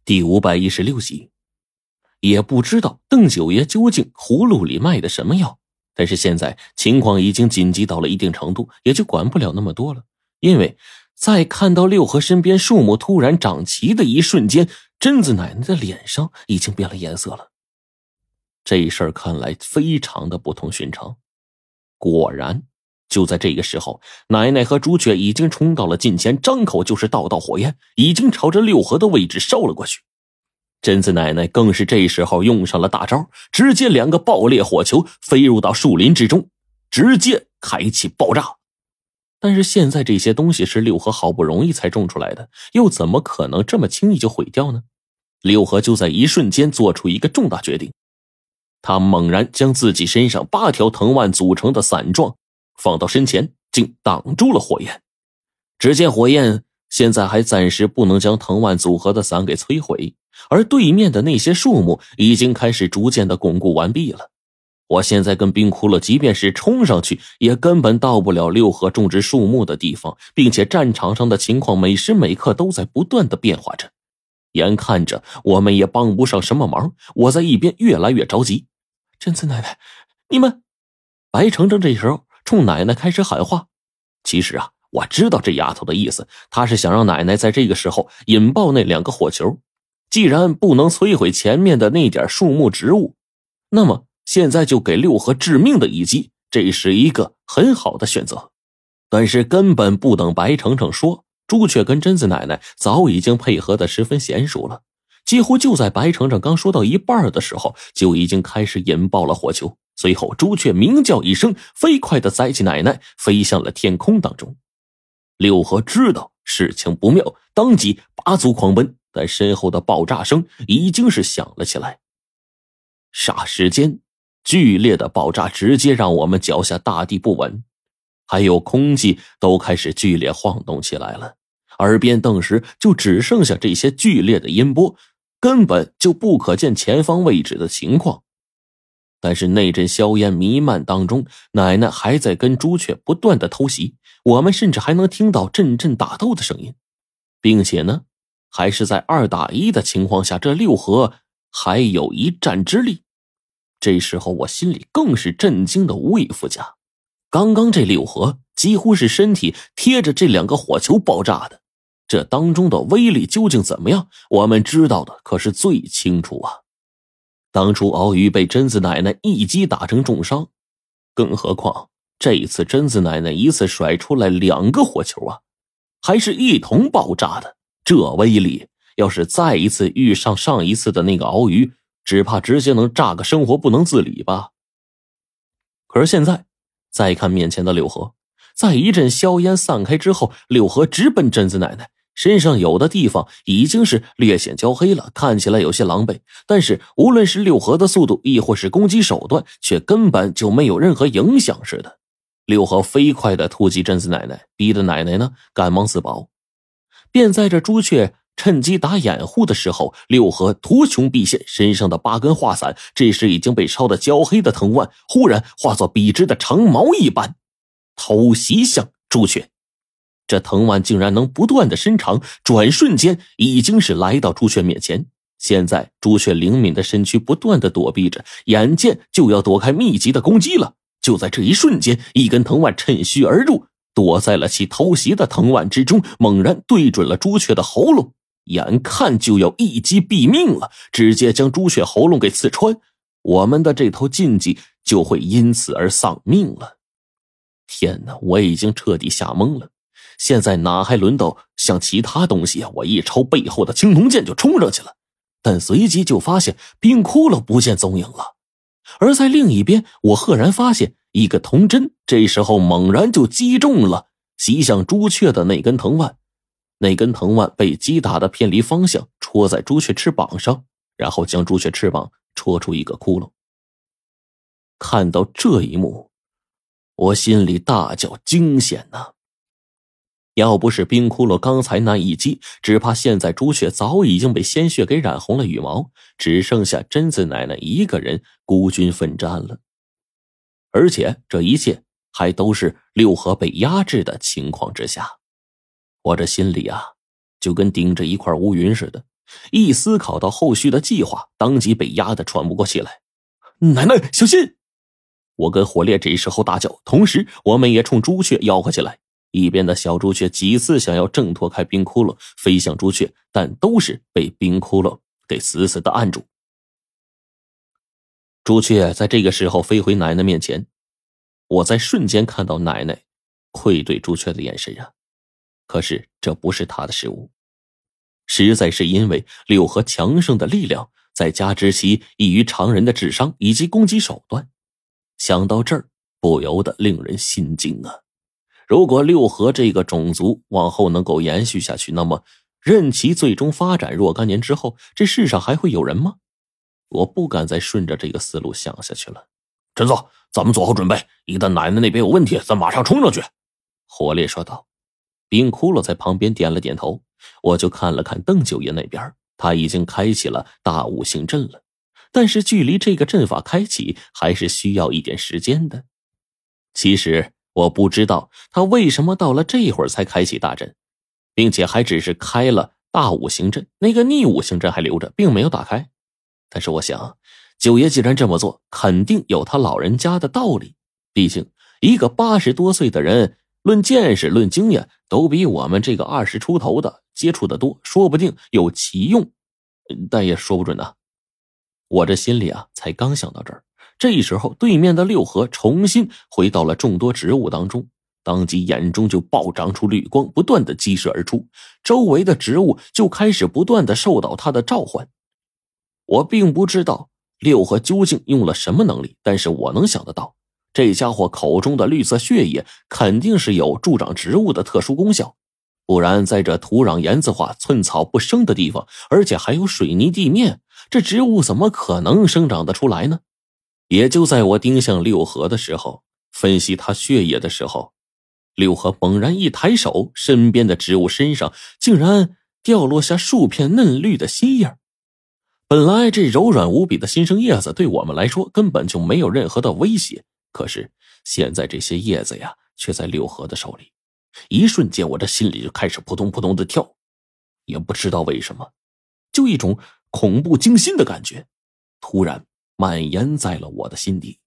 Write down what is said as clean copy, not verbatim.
第516集。也不知道邓九爷究竟葫芦里卖的什么药，但是现在情况已经紧急到了一定程度，也就管不了那么多了。因为在看到六合身边树木突然长齐的一瞬间，贞子奶奶的脸上已经变了颜色了。这事儿看来非常的不同寻常。果然就在这个时候，奶奶和朱雀已经冲到了近前，张口就是道道火焰，已经朝着六合的位置烧了过去。贞子奶奶更是这时候用上了大招，直接2个爆裂火球飞入到树林之中，直接开启爆炸。但是现在这些东西是六合好不容易才种出来的，又怎么可能这么轻易就毁掉呢？六合就在一瞬间做出一个重大决定，他猛然将自己身上8条藤蔓组成的伞状放到身前，竟挡住了火焰。只见火焰现在还暂时不能将藤蔓组合的伞给摧毁，而对面的那些树木已经开始逐渐的巩固完毕了。我现在跟冰窟窿即便是冲上去，也根本到不了六合种植树木的地方，并且战场上的情况每时每刻都在不断的变化着，眼看着我们也帮不上什么忙。我在一边越来越着急。贞子奶奶，你们……白程程这时候冲奶奶开始喊话。其实啊，我知道这丫头的意思，她是想让奶奶在这个时候引爆那2个火球。既然不能摧毁前面的那点树木植物，那么现在就给六合致命的一击，这是一个很好的选择。但是根本不等白程程说，朱雀跟贞子奶奶早已经配合得十分娴熟了，几乎就在白程程刚说到一半的时候，就已经开始引爆了火球。随后朱雀鸣叫一声，飞快地载起奶奶飞向了天空当中。六合知道事情不妙，当即拔足狂奔，但身后的爆炸声已经是响了起来。霎时间，剧烈的爆炸直接让我们脚下大地不稳，还有空气都开始剧烈晃动起来了，耳边顿时就只剩下这些剧烈的音波，根本就不可见前方位置的情况。但是那阵硝烟弥漫当中，奶奶还在跟朱雀不断的偷袭，我们甚至还能听到阵阵打斗的声音，并且呢，还是在2打1的情况下，这六合还有一战之力。这时候我心里更是震惊的无以复加。刚刚这六合几乎是身体贴着这2个火球爆炸的，这当中的威力究竟怎么样，我们知道的可是最清楚啊。当初鳌鱼被贞子奶奶一击打成重伤，更何况这一次贞子奶奶一次甩出来2个火球啊，还是一同爆炸的。这威力要是再一次遇上上一次的那个鳌鱼，只怕直接能炸个生活不能自理吧。可是现在再看面前的六合，在一阵硝烟散开之后，六合直奔贞子奶奶，身上有的地方已经是略显焦黑了，看起来有些狼狈，但是无论是六合的速度亦或是攻击手段，却根本就没有任何影响似的。六合飞快地突击贞子奶奶，逼得奶奶呢赶忙自保。便在这朱雀趁机打掩护的时候，六合图穷匕现，身上的8根画伞这时已经被烧得焦黑的藤蔓忽然化作笔直的长矛一般偷袭向朱雀。这藤蔓竟然能不断的伸长，转瞬间已经是来到朱雀面前。现在朱雀灵敏的身躯不断的躲避着，眼见就要躲开密集的攻击了。就在这一瞬间，一根藤蔓趁虚而入，躲在了其偷袭的藤蔓之中，猛然对准了朱雀的喉咙，眼看就要一击毙命了，直接将朱雀喉咙给刺穿，我们的这头禁忌就会因此而丧命了。天哪，我已经彻底吓懵了。现在哪还轮到像其他东西啊？我一朝背后的青铜剑就冲上去了，但随即就发现冰窟窿不见踪影了。而在另一边，我赫然发现一个铜针这时候猛然就击中了袭向朱雀的那根藤蔓，那根藤蔓被击打的偏离方向，戳在朱雀翅膀上，然后将朱雀翅膀戳出一个窟窿。看到这一幕，我心里大叫惊险呐！要不是冰窟窿刚才那一击，只怕现在朱雀早已经被鲜血给染红了羽毛，只剩下贞子奶奶一个人孤军奋战了。而且这一切还都是六合被压制的情况之下，我这心里啊就跟顶着一块乌云似的， 一思考到后续的计划，当即被压得喘不过气来。奶奶，小心！我跟火烈这时候大叫，同时我们也冲朱雀吆喝起来。一边的小朱雀几次想要挣脱开冰窟窿飞向朱雀，但都是被冰窟窿给死死的按住。朱雀在这个时候飞回奶奶面前，我在瞬间看到奶奶愧对朱雀的眼神啊。可是这不是他的失误，实在是因为六合强盛的力量，再加之其异于常人的智商以及攻击手段，想到这儿不由得令人心惊啊。如果六合这个种族往后能够延续下去，那么任其最终发展若干年之后，这世上还会有人吗？我不敢再顺着这个思路想下去了。 陈总，咱们做好准备，一旦奶奶那边有问题，咱马上冲上去。 火烈说道。冰窟窿在旁边点了点头，我就看了看邓九爷那边，他已经开启了大五行阵了，但是距离这个阵法开启还是需要一点时间的。其实我不知道他为什么到了这会儿才开启大阵，并且还只是开了大五行阵，那个逆五行阵还留着，并没有打开。但是我想，九爷既然这么做，肯定有他老人家的道理。毕竟一个80多岁的人，论见识论经验都比我们这个20出头的接触的多，说不定有其用，但也说不准啊。我这心里啊才刚想到这儿，这时候对面的六合重新回到了众多植物当中，当即眼中就暴长出绿光，不断的激射而出，周围的植物就开始不断的受到他的召唤。我并不知道六合究竟用了什么能力，但是我能想得到，这家伙口中的绿色血液肯定是有助长植物的特殊功效，不然在这土壤盐渍化寸草不生的地方，而且还有水泥地面，这植物怎么可能生长得出来呢？也就在我盯向六合的时候，分析他血液的时候，六合猛然一抬手，身边的植物身上竟然掉落下数片嫩绿的新叶。本来这柔软无比的新生叶子对我们来说根本就没有任何的威胁，可是现在这些叶子呀却在六合的手里，一瞬间我这心里就开始扑通扑通的跳，也不知道为什么，就一种恐怖惊心的感觉突然蔓延在了我的心底。